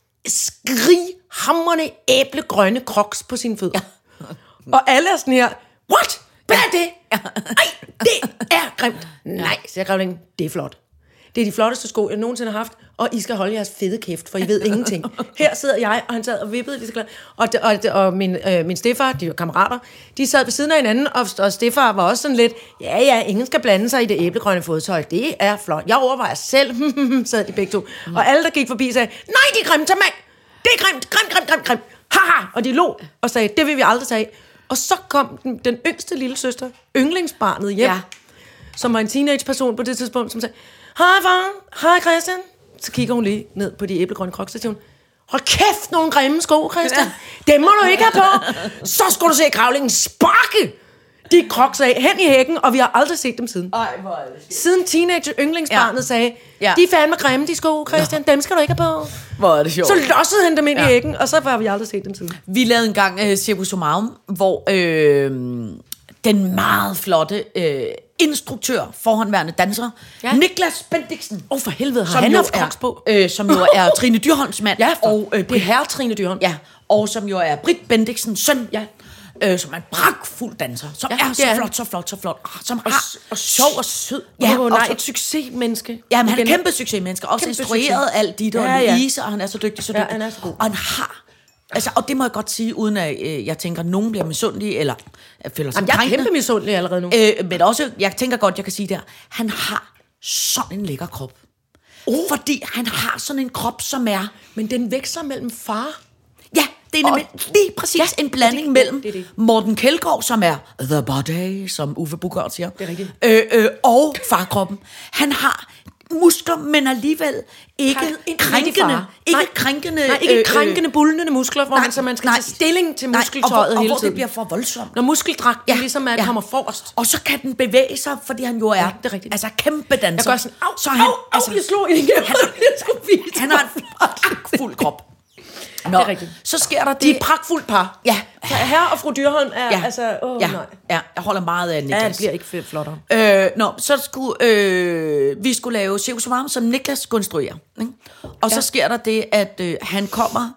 skrighamrende æblegrønne Crocs på sine fødder. Ja. Og alle er sådan her, what? Hvad er det? Ej, det er grimt. Nej, siger Grævlingen, det er flot. Det er de flotteste sko, jeg nogensinde har haft, og I skal holde jeres fede kæft, for I ved ingenting. Her sidder jeg, og han sad og vippede lige så glad. Og min stefar, de var kammerater, de sad ved siden af hinanden, og stefar var også sådan lidt, ja, ingen skal blande sig i det æblegrønne fodtøj. Det er flot. Jeg overvejer selv, sad de begge to. Og alle, der gik forbi, sagde, nej, de er grimt, tag med. Det er grimt. Haha! Og de lå og sagde, det vil vi aldrig tage. Og så kom den yngste lille søster, yndlingsbarnet hjem, som var en teenage-person på det tidspunkt, som sagde, hej far, hej Christian. Så kigger hun lige ned på de æblegrønne Crocs, og siger hun, hold kæft, nogle grimme sko, Christian. Dem må du ikke have på. Så skulle du se Grævlingen sparke de Crocs af hen i hækken, og vi har aldrig set dem siden. Ej, hvor er det siden teenage-yndlingsbarnet sagde, de er fandme grimme, de sko, Christian, dem skal du ikke have på. Hvor er det sjovt. Så lossede han dem ind i hækken, og så har vi aldrig set dem siden. Vi lavede engang Circus Sumarum, hvor den meget flotte instruktør, forhåndværende danser, Niklas Bendiksen. For helvede, har han haft Crocs på? Som jo er Trine Dyrholms mand. Og det er herre Trine Dyrholm. Ja, og som jo er Britt Bendiksens søn. Ja. som er en pragtfuld danser, som er så flot, som har... Og sjov og sød. Et succesmenneske. Ja, men han er et kæmpe succesmenneske. Også instrueret alt dit og Louise, og han er så dygtig, så dygtig. Ja, han er så god. Og han har... Altså, og det må jeg godt sige, uden at jeg tænker, at nogen bliver misundelige, eller føler sig jeg er kæmpe misundelig allerede nu. Men også, jeg tænker godt, jeg kan sige der, han har sådan en lækker krop. Fordi han har sådan en krop, som er... Men den veksler mellem far... Ja, det er nemlig lige præcis en blanding mellem Morten Kjeldgaard, som er the body, som Uffe Buchholz siger, det er rigtigt. Og farkroppen. Han har muskler, men alligevel ikke krænkende. Ikke krænkende, bullende muskler, hvor man skal tage stilling til muskeltøjet hele tiden. Og hvor det bliver for voldsomt. Når muskeldragten ligesom kommer forrest. Og så kan den bevæge sig, fordi han jo er altså kæmpe danser. Jeg gør sådan, jeg slog i han har en fuld krop. Det er rigtigt. Så sker der det... De er pragtfuldt par. Ja. Herre og fru Dyrholm er nej. Ja, jeg holder meget af Niklas. Ja, det bliver ikke flottere. Så skulle vi skulle lave Cirkus Varme, som Niklas skulle instruere. Ikke? Og så sker der det, at han kommer...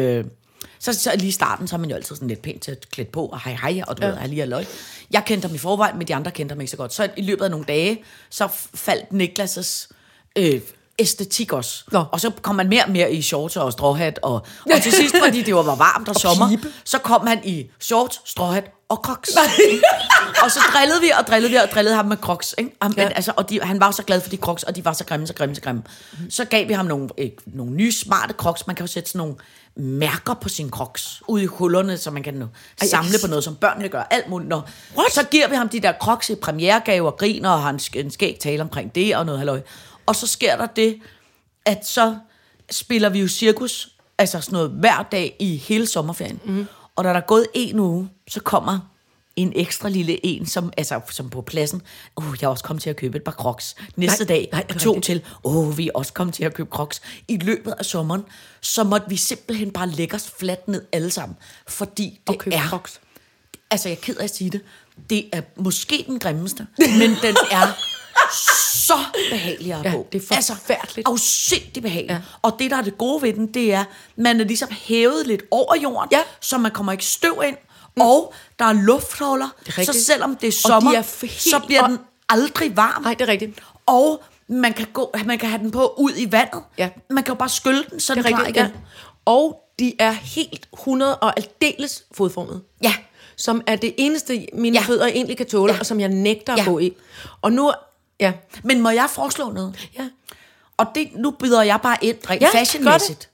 Så lige i starten, så er man jo altid sådan lidt pænt til klædt på, og hej, og du ved, lige er løg. Jeg kendte ham i forvejen, men de andre kendte ham ikke så godt. Så i løbet af nogle dage, så faldt Niklas' æstetik også. Og så kom man mere og mere i shorts og stråhat, og til sidst, fordi det var varmt og sommer, pibe. Så kom han i shorts, stråhat og crocs. Og så drillede ham med crocs. Ikke? Han var så glad for de crocs, og de var så grimme. Så gav vi ham nogle nye smarte crocs. Man kan jo sætte sådan nogle mærker på sine crocs ude i hullerne, så man kan samle på noget, som børnene gør, alt muligt. Så giver vi ham de der crocs i premieregave og griner, og han skal ikke tale omkring det og noget halløj. Og så sker der det, at så spiller vi jo cirkus, altså sådan noget hver dag i hele sommerferien. Mm. Og da der er gået 1 uge, så kommer en ekstra lille en, som på pladsen. Jeg er også kommet til at købe et par crocs. Næste dag, 2 til. Vi er også kommet til at købe crocs. I løbet af sommeren, så måtte vi simpelthen bare lægge os fladt ned alle sammen. Fordi det er... Crocs. Altså, jeg er ked af at sige det. Det er måske den grimmeste, men den er... så behagelig at på. Det er forfærdeligt. Afsindigt behageligt. Ja. Og det, der er det gode ved den, det er, man er ligesom hævet lidt over jorden, så man kommer ikke støv ind, og der er lufthuller, så selvom det er sommer, så bliver den aldrig varm. Nej, det er rigtigt. Og man kan have den på ud i vandet. Ja. Man kan jo bare skylle den, så den er klar igen. Ja. Og de er helt 100 og aldeles fodformet. Ja. Som er det eneste, mine fødder egentlig kan tåle, og som jeg nægter at gå i. Og nu... Ja. Men må jeg foreslå noget? Ja. Og nu byder jeg bare ind rent fashionmæssigt.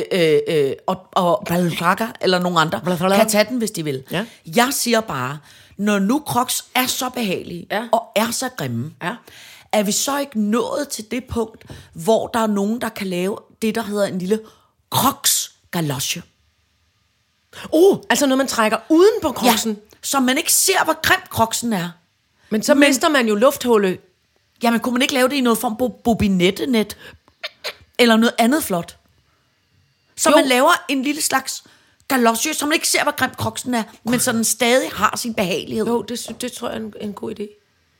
Og Balaklaka eller nogen andre kan tage den, hvis de vil. Ja. Jeg siger bare, når nu crocs er så behagelige og er så grimme, er vi så ikke nået til det punkt, hvor der er nogen, der kan lave det, der hedder en lille crocs-galosje. Altså når man trækker uden på crocsen. Ja, så man ikke ser, hvor grim crocsen er. Men så mister man jo lufthullet. Jamen, kunne man ikke lave det i noget form på bobinettenet? Eller noget andet flot? Så man laver en lille slags galosje, så man ikke ser, hvor grim crocsen er, men så den stadig har sin behagelighed. Jo, det tror jeg er en god idé.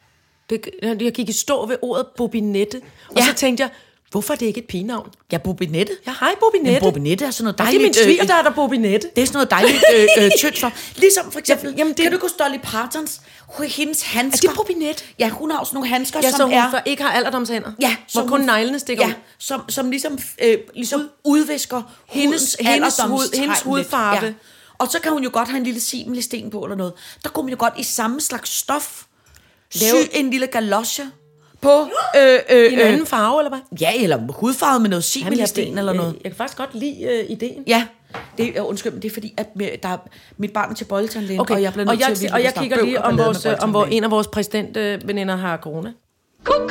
Jeg gik i stå ved ordet bobinette, og så tænkte jeg, hvorfor er det ikke et pigenavn? Ja, Bobinette. Ja, hej Bobinette. Men Bobinette er sådan noget dejligt... Det er min svigerdatter, Bobinette. Det er sådan noget dejligt tyndt for. Ligesom for eksempel, kan du gå Dolly Partons, hendes handsker. Er det Bobinette? Ja, hun har også nogle handsker, som ikke har alderdomshænder. Ja, hvor kun neglene stikker ud. Som ligesom udvisker hendes hudfarve. Ja. Og så kan hun jo godt have en lille simelig sten på eller noget. Der kunne man jo godt i samme slags stof sy en lille galosje på en anden farve, eller hvad? Ja, eller hudfarve med noget similisten eller noget. Jeg kan faktisk godt lide ideen. Ja, det er fordi, at mit barn er til bøjletandlægen, og jeg bliver nødt til at... Og jeg kigger lige, om en af vores præsidentveninder har corona. Kuk.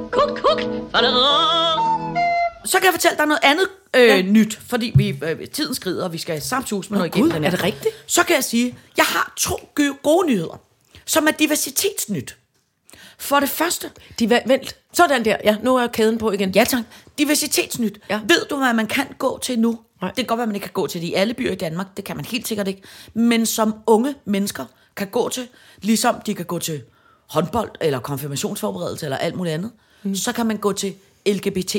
Så kan jeg fortælle dig noget andet nyt, fordi tiden skrider, og vi skal samtidig med noget igennem den her. Er det rigtigt? Så kan jeg sige, jeg har 2 gode nyheder, som er diversitetsnyt. For det første... Vent, sådan der. Ja, nu er kæden på igen. Ja, tak. Diversitetsnyt. Ja. Ved du, hvad man kan gå til nu? Nej. Det kan godt være, man ikke kan gå til det i alle byer i Danmark. Det kan man helt sikkert ikke. Men som unge mennesker kan gå til, ligesom de kan gå til håndbold, eller konfirmationsforberedelse, eller alt muligt andet, så kan man gå til LGBT+.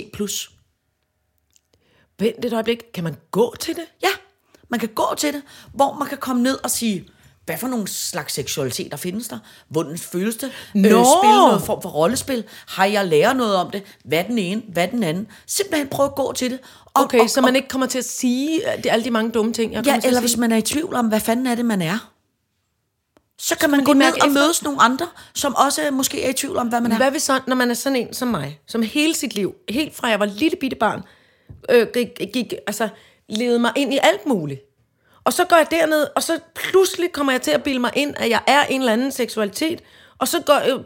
Vent et øjeblik. Kan man gå til det? Ja, man kan gå til det, hvor man kan komme ned og sige... hvad for nogle slags seksualitet der findes der? Hvordan føles det? Spille noget form for rollespil? Har jeg lært noget om det? Hvad den ene? Hvad den anden? Simpelthen prøve at gå til det. Så man ikke kommer til at sige alle de mange dumme ting, jeg kommer til eller at sige. hvis man er i tvivl om, hvad fanden er det, man er. Så kan man gå ned og mødes nogle andre, som også måske er i tvivl om, hvad man er. Hvad hvis så, når man er sådan en som mig, som hele sit liv, helt fra jeg var lille bitte barn, levede mig ind i alt muligt. Og så går jeg derned, og så pludselig kommer jeg til at bilde mig ind, at jeg er en eller anden seksualitet, og så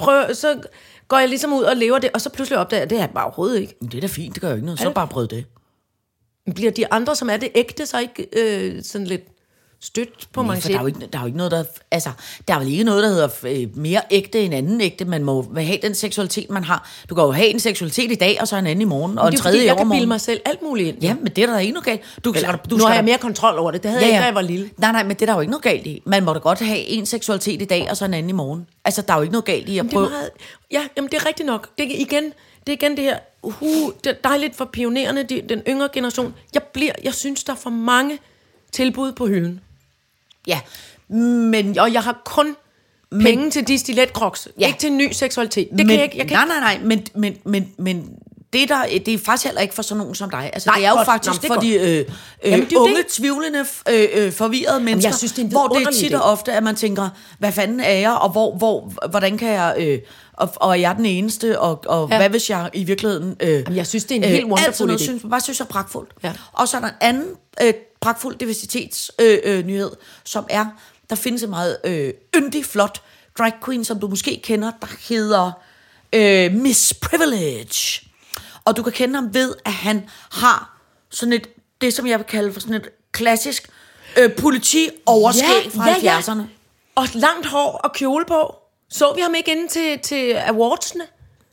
går jeg ligesom ud og lever det, og så pludselig opdager jeg, at det er jeg bare overhovedet ikke. Det er da fint, det gør jo ikke noget. Så bare prøv det. Bliver de andre, som er det ægte, så ikke sådan lidt stødt på mig selv? Der er jo ikke noget, der... Altså, der er vel ikke noget, der hedder mere ægte end anden ægte. Man må have den seksualitet, man har. Du kan jo have en seksualitet i dag, og så en anden i morgen, og en tredje i overmorgen. Jeg kan bilde mig selv alt muligt ind. Ja, men det er der ikke noget galt. Nu har jeg mere kontrol over det. Det havde jeg ikke, da jeg var lille. Nej, men det er der jo ikke noget galt i. Man må da godt have en seksualitet i dag, og så en anden i morgen. Altså, der er jo ikke noget galt i at prøve... Jamen, det er rigtigt nok. Det er igen det her... det er dejligt for pionererne, den yngre generation. Jeg synes, der er for mange tilbud på hylden. Ja, og jeg har kun penge til de stiletcrocs, ikke til ny seksualitet. Det kan jeg ikke. Nej, men det er faktisk heller ikke for sådan nogen som dig. Altså, det er jo faktisk for de unge, tvivlende, forvirrede mennesker, jeg synes, det er hvor det er tit og ofte, at man tænker, hvad fanden er jeg, og hvordan kan jeg... Og er jeg den eneste, og hvad hvis jeg i virkeligheden... jeg synes, det er en helt wonderful idé. Synes jeg er pragtfuldt. Ja. Og så er der en anden pragtfuld diversitetsnyhed, som er, der findes en meget yndig, flot drag queen, som du måske kender, der hedder Miss Privilege. Og du kan kende ham ved, at han har sådan det som jeg vil kalde for sådan et klassisk politi-overskæg fra 70'erne. Og langt hår og kjole på. Så vi ham ikke inde til awardsene?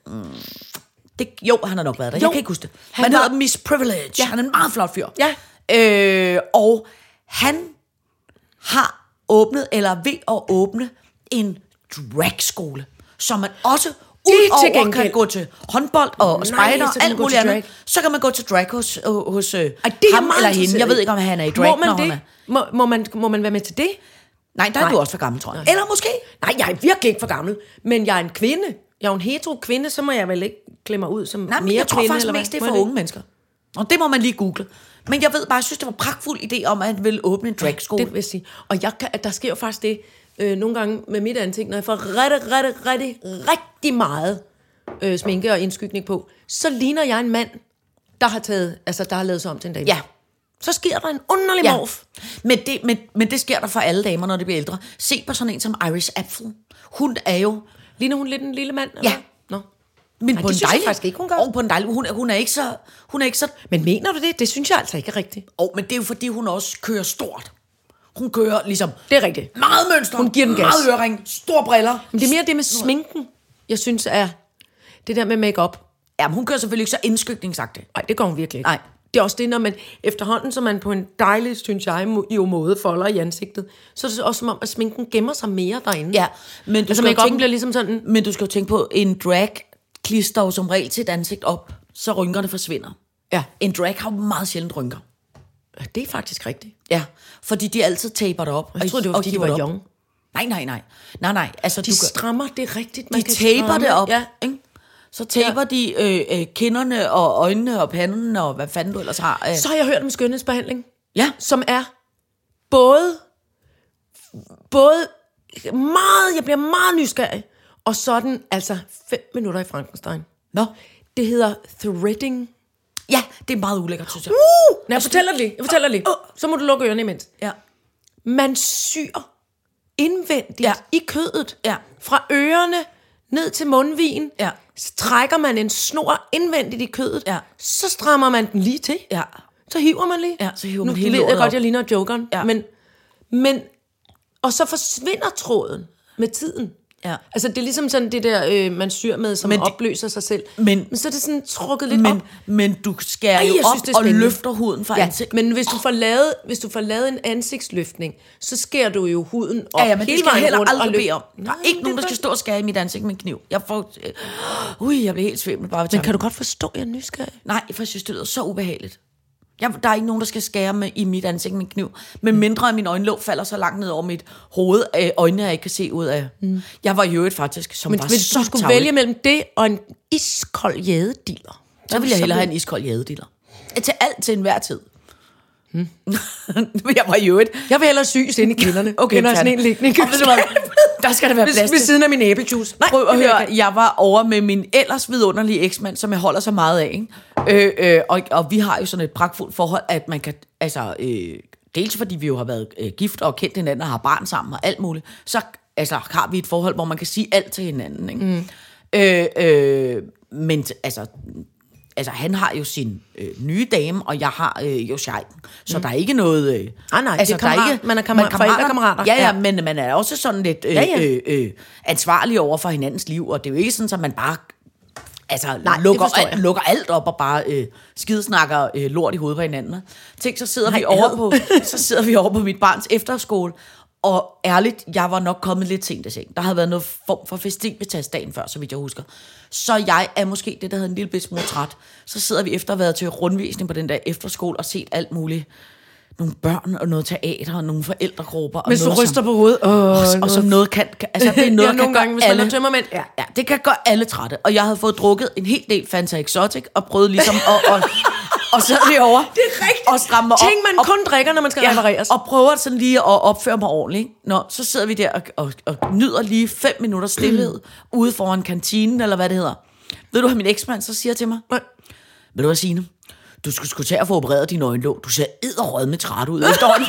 Jo, han har nok været der. Jeg kan ikke huske det. Han hedder Miss Privilege. Ja. Han er en meget flot fyr. Ja. Og han har åbnet, eller ved at åbne, en dragskole, som man også udover kan gå til håndbold og spejder og alt muligt andet. Så kan man gå til drag hos ham eller hende. Jeg ved ikke, om han er i drag, når han er. Må man være med til det? Nej, der er du også for gammel, tror jeg. Eller måske. Nej, jeg er virkelig ikke for gammel. Men jeg er en kvinde. Jeg er en hetero kvinde, så må jeg vel ikke klemme mig ud som mere kvinde. Jeg tror faktisk mest, det er for unge mennesker. Og det må man lige google. Men jeg ved bare, jeg synes, det var en pragtfuld idé om, at han ville åbne en dragskole. Det vil jeg sige. Og der sker jo faktisk det nogle gange med mit ansigt, når jeg får rigtig meget sminke og indskygning på, så ligner jeg en mand, der har lavet sig om til en dame. Ja. Så sker der en underlig morf. Men det sker der for alle damer, når de bliver ældre. Se på sådan en som Iris Apfel. Hun er jo... Ligner hun lidt en lille mand? Eller? Ja. Nå. Men nej, på en dejlig... faktisk ikke, hun gør. På en dejlig... Hun er ikke så... Men mener du det? Det synes jeg altså ikke er rigtigt. Men det er jo fordi, hun også kører stort. Hun kører ligesom... Det er rigtigt. Meget mønster. Hun giver den gas. Meget ørering. Store briller. Men det er mere det med sminken, jeg synes er... Det der med make-up. Ja, men hun kører selvfølgelig ikke så indskygningsagtigt. Nej, det går hun virkelig ikke. Nej. Det er også det, når man efterhånden, så man på en dejlig, synes jeg, måde folder i ansigtet, så er det også som om, at sminken gemmer sig mere derinde. Ja, men du skal tænke, bliver ligesom sådan... Men du skal jo tænke på, en drag klister jo som regel til et ansigt op, så rynkerne forsvinder. Ja. En drag har jo meget sjældent rynker. Ja, det er faktisk rigtigt. Ja, fordi de altid taper det op. Jeg troede, det var, fordi de var young. Nej. Altså, de strammer det rigtigt. Man de taper det op, ja. Ikke? Så taber de kinderne og øjnene og panden og hvad fanden du ellers har. Så har jeg hørt om skønhedsbehandling. Ja. Som er både meget, jeg bliver meget nysgerrig, og sådan altså 5 minutter i Frankenstein. Nå. Det hedder threading. Ja, det er meget ulækkert, synes jeg. Jeg fortæller lige. Så må du lukke ørerne imens. Ja. Man syr indvendigt i kødet. Ja. Fra ørerne ned til mundvigen. Ja. Så trækker man en snor indvendigt i kødet. Ja. Så strammer man den lige til. Ja. Så hiver man lige. Ja, så hiver man nu hele ved jeg godt, op. jeg ligner jokeren. Ja. Men og så forsvinder tråden med tiden. Ja. Altså det er ligesom sådan det der, man syr med, som opløser sig selv. Men så er det sådan trukket lidt op. Men du skærer jo op og løfter huden fra ansigtet. Men hvis du får lavet en ansigtsløftning, så skærer du jo huden op men hele vejen heller rundt. aldrig bede om. Der er ikke nogen, der skal stå og skære i mit ansigt med en kniv. Jeg bliver helt svimmel bare. Men kan du godt forstå, at jeg er nysgerrig? Nej, for jeg synes, det lyder så ubehageligt. Der er ikke nogen, der skal skære med i mit ansigt med en kniv. Men mindre af min øjenlåg falder så langt ned over mit hoved, øjnene jeg ikke kan se ud af. Jeg var i øvrigt faktisk, som var så du skulle vælge mellem det og en iskold jædediller. Så ville jeg hellere have en iskold jædediller. Til alt, til enhver tid. Jeg var i øvrigt. Jeg vil hellere syes inde i kinderne. Okay, der er sådan en liggende. Der skal der være plads ved siden af min æblejuice. Nej, prøv at høre, jeg var over med min ellers vidunderlige eksmand, som jeg holder så meget af, ikke? Og vi har jo sådan et pragtfuldt forhold, at man kan, altså, dels fordi vi jo har været gift og kendt hinanden og har barn sammen og alt muligt, så altså, har vi et forhold, hvor man kan sige alt til hinanden, ikke? Men altså, han har jo sin nye dame, og jeg har jo Scheiken. Så der er ikke noget... nej, altså, det er man er forældrekammerater. Ja, men man er også sådan lidt ansvarlig over for hinandens liv, og det er jo ikke sådan, at man bare lukker alt op og bare skidesnakker lort i hovedet på hinanden. Tænk, så sidder vi over på mit barns efterskole, og ærligt, jeg var nok kommet lidt sent i seng. Der havde været noget form for festivitas dagen før, så vidt jeg husker. Så jeg er måske det, der hedder en lille bit smule træt. Så sidder vi efter at have været til rundvisning på den der efterskole og set alt muligt. Nogle børn og noget teater og nogle forældregrupper. Mens du ryster på hovedet. Og som noget kan... Altså, det er noget, nogle gange, hvis man er tømmermænd. Ja, det kan gøre alle trætte. Og jeg havde fået drukket en hel del Fanta Exotic og prøvet ligesom og så er det over. Det er rigtigt. Og strammer op. Ting, man kun drikker, når man skal repareres. Og prøver sådan lige at opføre mig ordentligt. Nå, så sidder vi der og nyder lige 5 minutter stillhed ude foran kantinen, eller hvad det hedder. Ved du, hvad min eksmand så siger til mig? Nej. Ved du hvad, Signe? Du skulle tage at få opereret dine øjenlåg. Du ser edderrødme træt ud efterhånden.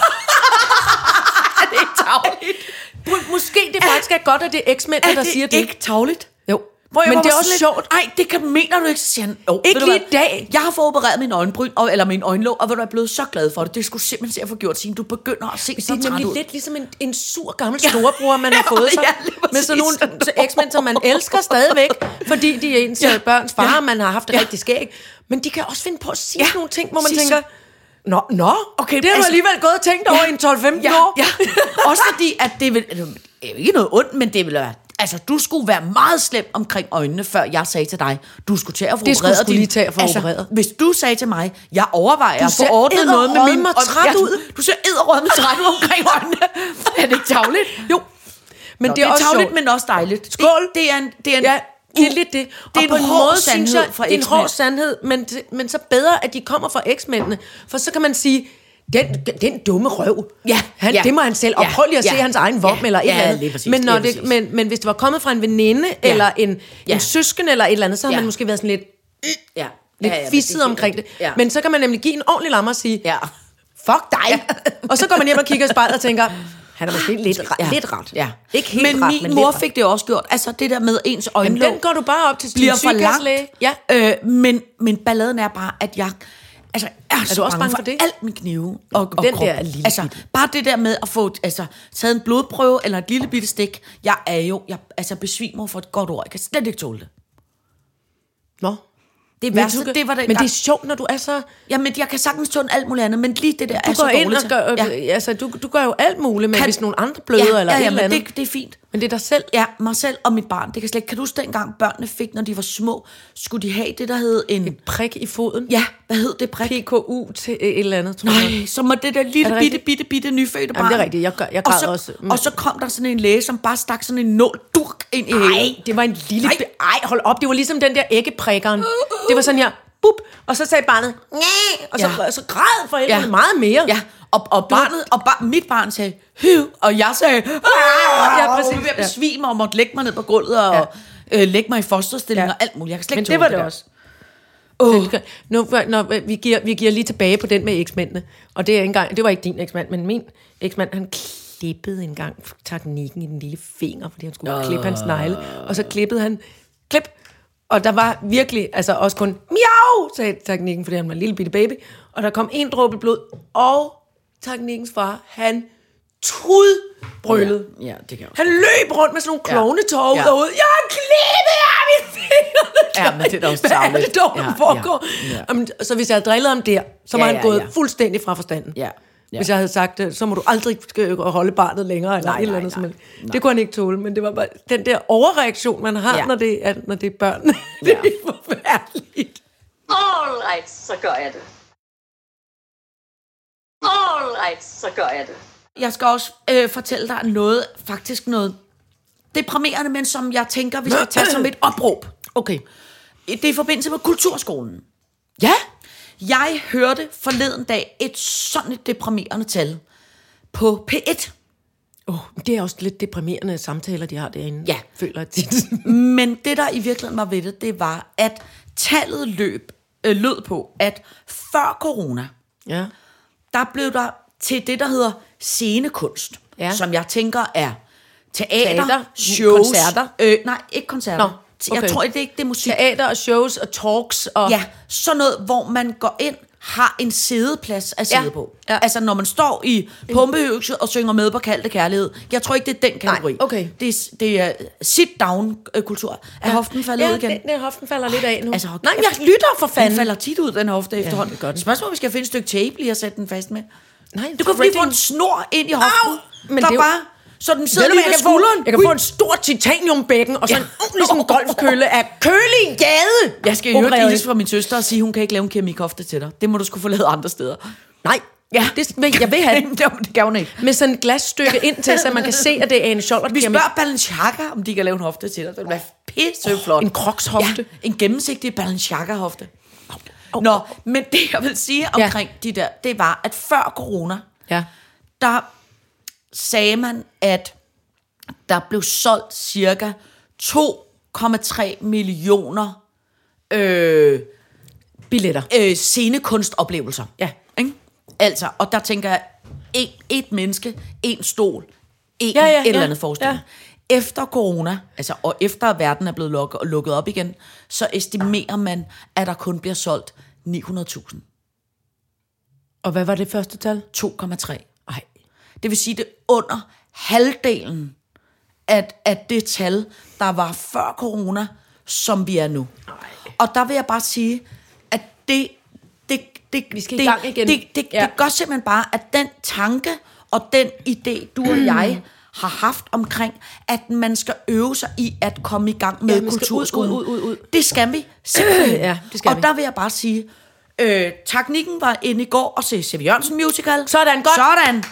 Det er tavligt. Måske det faktisk er godt, at det er eksmændene, der siger det. Er det ikke tavligt? Jo. Men det er også sjovt. Nej, det mener du ikke, siger han. Ikke lige i dag. Jeg har fået opereret min øjenbryn, eller min øjenlåg, og ved du, jeg er blevet så glad for det. Det skulle simpelthen se at få gjort, Signe. Du begynder at se så træt ud. Det er nemlig lidt ligesom en sur gammel storebror, man har fået sig. Med sådan nogle eksmænd, som man elsker stadigvæk, fordi de er ens børns far, man har haft det rigtig skæg. Men de kan også finde på at sige nogle ting, hvor man tænker... Nå, okay, det har du alligevel gået og tænkt over i en 12-15 år. Ja. Også fordi, at det er jo ikke noget ondt, men det vil være... Altså, du skulle være meget slem omkring øjnene, før jeg sagde til dig, du skulle tage at få opereret. Det skulle lige tage at få opereret. Hvis du sagde til mig, jeg overvejer at få ordnet noget med min... træt ud. Du ser edderrødme træt ud omkring øjnene. Er det ikke tavligt? Jo. Men det er også tavligt, men også dejligt. Skål! Det er lidt det. Det er en hård sandhed fra det er en hård sandhed, men så bedre, at de kommer fra eksmændene. For så kan man sige, den dumme røv. Det må han selv. Og prøv lige at se hans egen vom eller et eller andet. Præcis, men hvis det var kommet fra en veninde eller en søsken eller et eller andet, så har man måske været sådan lidt fisset omkring det. Men så kan man nemlig give en ordentlig lammer og sige, fuck dig. Og så går man hjem og kigger i spejlet og tænker, han er måske lidt ret. Ja. Ikke helt men ret, min mor fik det også gjort. Altså det der med ens øjenlåg. Den går du bare op til bliver for langt. Ja. Men balladen er bare, at jeg... Altså, er du også bange for det? Alt min knive og den krop. Der er lille altså, bare det der med at få taget en blodprøve eller et lille bitte stik. Jeg besvimer for et godt ord. Jeg kan slet ikke tåle det. Nå. Det værste, det var det. Men det er sjovt, når du er så... Jamen, jeg kan sagtens tåle alt muligt andet, men lige det der er så dårligt. Du gør jo alt muligt, men hvis nogle andre bløder eller et eller andet... det er fint. Men det er dig selv? Ja, mig selv og mit barn. Det kan slet ikke... Kan du huske dengang børnene fik, når de var små, skulle de have det, der hed en... Et prik i foden? Ja, hvad hed det prik? PKU til et eller andet, tror jeg. Nej, så var det der lille bitte nyfødte barn. Jamen, det er rigtigt. Jeg græd også. Og så kom der sådan en læge, som bare stak sådan en nål ind i hælen. Nej, det var en lille... Ej, hold op. Det var ligesom den der æggeprikkeren. Det var sådan her... Bup, og så sagde barnet, og så græd forældrene meget mere. Ja, og barnet, mit barn sagde, hyv, og jeg sagde, præcis. Jeg blev besvime og måtte lægge mig ned på gulvet og lægge mig i fosterstilling og alt muligt. Jeg kan slet ikke det var det også. Vi giver lige tilbage på den med eksmændene. Og det var ikke din eksmand, men min eksmand, han klippede engang teknikken i den lille finger, fordi han skulle klippe hans negle. Og så klippede han, og der var virkelig, altså også kun miau, sagde teknikken, fordi han var en lille bitte baby. Og der kom en dråbe blod, og teknikkens far, han tudbrølede. Ja, det kan han løb rundt med sådan nogle klovnetår ud derude. Jeg har klippet af mine fingre. Ja, men det er da også savligt. Hvad er det dog, der foregår? Jamen, så hvis jeg havde drillet ham der, så var han gået fuldstændig fra forstanden. Ja. Hvis jeg havde sagt, så må du aldrig holde barnet længere, eller et eller andet. Nej. Det kunne han ikke tåle, men det var bare den der overreaktion, man har, når det er børn. Det er forfærdeligt. All right, så gør jeg det. Alright, så gør jeg det. Jeg skal også fortælle dig noget deprimerende, men som jeg tænker, vi skal tage som et opråb. Okay. Det er i forbindelse med kulturskolen. Ja? Jeg hørte forleden dag et sådan et deprimerende tal på P1. Det er også lidt deprimerende samtaler, de har derinde. Ja. Føler jeg tit. Men det, der i virkeligheden var ved det var, at tallet lød på, at før corona, Ja. der blev der til det, der hedder scenekunst, som jeg tænker er teater shows, koncerter. Nej, ikke koncerter. Nå, okay. Jeg tror det er musik. Teater og shows og talks. Og... Ja, sådan noget, hvor man går ind, har en sædeplads at sidde på. Ja. Altså, når man står i pumpeøvelset og synger med på Kaldte Kærlighed. Jeg tror ikke, det er den kategori. Nej, okay. Det er sit-down-kultur. Er hoften faldet ud igen? Ja, hoften falder lidt af nu. Altså, nej, jeg lytter for fanden. Den falder tit ud, den hofte efterhånden. det gør den. Spørgsmålet, om vi skal finde et stykke tape lige og sætte den fast med. Nej, Du kan lige få en snor ind i hoften. Men der det er jo... bare... Så den sidder Ved du, lige ved skulderen. Jeg kan få en stor titaniumbækken og så en ligesom golfkølle af kølig jade. Jeg skal jo hilse fra min søster og sige, hun kan ikke lave en keramikhofte til dig. Det må du sgu få lavet andre steder. Nej, jeg vil have den. Det kan hun ikke. Med sådan et glasstykke ind til, så man kan se, at det er en Schollert. Vi spørger Balenciaga, om de kan lave en hofte til dig. Det bliver pisseflot. En Crocs-hofte. Ja, en gennemsigtig Balenciaga-hofte. Nå, men det jeg vil sige omkring de der, det var, at før corona, der sagde man, at der blev solgt cirka 2,3 millioner billetter. Scenekunstoplevelser. Ja. Ikke? Altså, og der tænker jeg, et menneske, en stol, et eller andet forestilling. Ja. Efter corona, altså, og efter at verden er blevet lukket op igen, så estimerer man, at der kun bliver solgt 900.000. Og hvad var det første tal? 2,3. Ej. Det vil sige, det er under halvdelen af det tal, der var før corona, som vi er nu. Ej. Og der vil jeg bare sige, at vi skal i gang igen. Det gør simpelthen bare, at den tanke og den idé, du og jeg har haft omkring, at man skal øve sig i at komme i gang med kulturskolen. Ud. Det skal vi simpelthen. Ja, det skal vi. Der vil jeg bare sige, teknikken var inde i går og se C.V. Jørgensen musical. Sådan, godt. Sådan.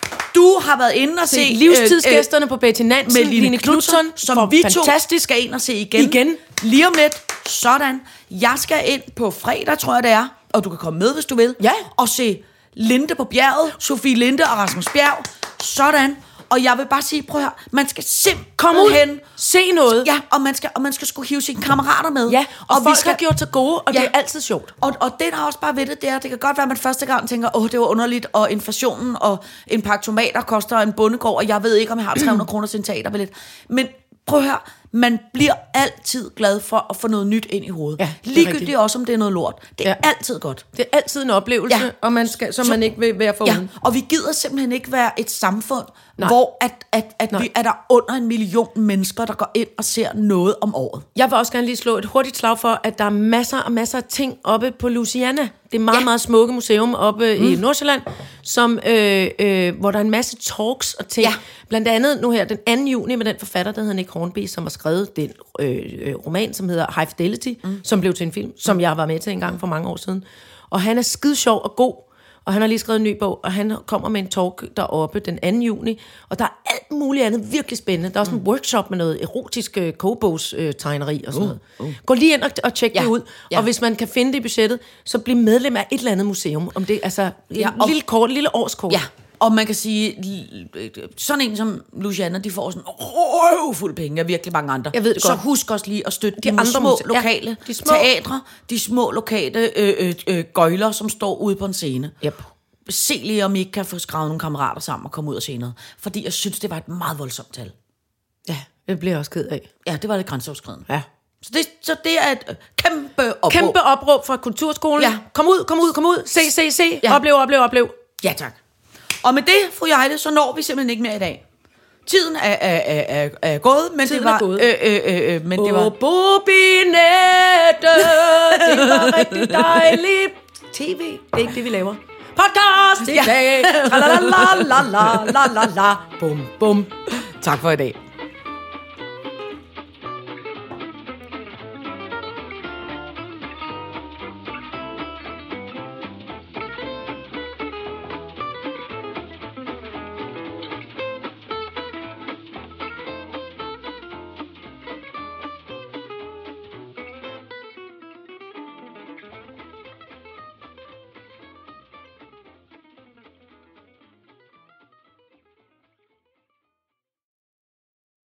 Du har været inde og se livstidsgæsterne på Betty Nansen, med Line Knutzon, som vi fantastisk skal ind og se igen. Lige om lidt. Sådan. Jeg skal ind på fredag, tror jeg det er, og du kan komme med, hvis du vil, og se Linde på bjerget, Sofie Linde og Rasmus Bjerg. Sådan. Og jeg vil bare sige, prøv at høre, man skal simpelthen se noget. Ja, og man skal sgu hive sine kammerater med. Ja, og folk har gjort sig gode, og det er altid sjovt. Og det, der også bare ved det er, det kan godt være, at man første gang tænker, det var underligt, og inflationen, og en pakke tomater koster en bondegård, og jeg ved ikke, om jeg har 300 kroner til en teaterbillet. Men prøv at høre, man bliver altid glad for at få noget nyt ind i hovedet. Ja, ligegyldigt også, om det er noget lort. Det er altid godt. Det er altid en oplevelse, og man skal, som man ikke vil være foruden. Og vi gider simpelthen ikke være et samfund, hvor vi er der under 1 million mennesker, der går ind og ser noget om året. Jeg vil også gerne lige slå et hurtigt slag for, at der er masser og masser af ting oppe på Louisiana. Det er meget, meget smukke museum oppe i Nordsjælland, som, hvor der er en masse talks og ting. Ja. Blandt andet nu her den 2. juni med den forfatter, der hedder Nick Hornby, som har skrevet den roman, som hedder High Fidelity, som blev til en film, som jeg var med til en gang for mange år siden. Og han er skide sjov og god, og han har lige skrevet en ny bog, og han kommer med en talk deroppe den 2. juni, og der er alt muligt andet virkelig spændende. Der er også en workshop med noget erotisk kogebogs-tegneri og sådan noget. Gå lige ind og tjek det ud, og hvis man kan finde det i budgettet, så bliv medlem af et eller andet museum, om det altså en lille årskort. Ja. Og man kan sige, sådan en som Louisiana, de får sådan fuld penge af virkelig mange andre. Jeg ved det så godt. husk også lige at støtte de andre små lokale teatre, de små lokale gøjler, som står ude på en scene. Yep. Se lige, om I ikke kan få skrevet nogle kammerater sammen og komme ud og se noget. Fordi jeg synes, det var et meget voldsomt tal. Ja, det bliver jeg også ked af. Ja, det var lidt grænseoverskridende. Ja. Så det er et kæmpe opråb. Kæmpe opråb fra kulturskolen. Ja. Kom ud. Se. Ja. Oplev. Ja, tak. Og med det, fru Jejle, så når vi simpelthen ikke mere i dag. Tiden er gået, men tiden det var... men det var... Bobinette, det var rigtig dejligt. TV, det er ikke det, vi laver. Podcast i dag. La. Bum. Tak for i dag.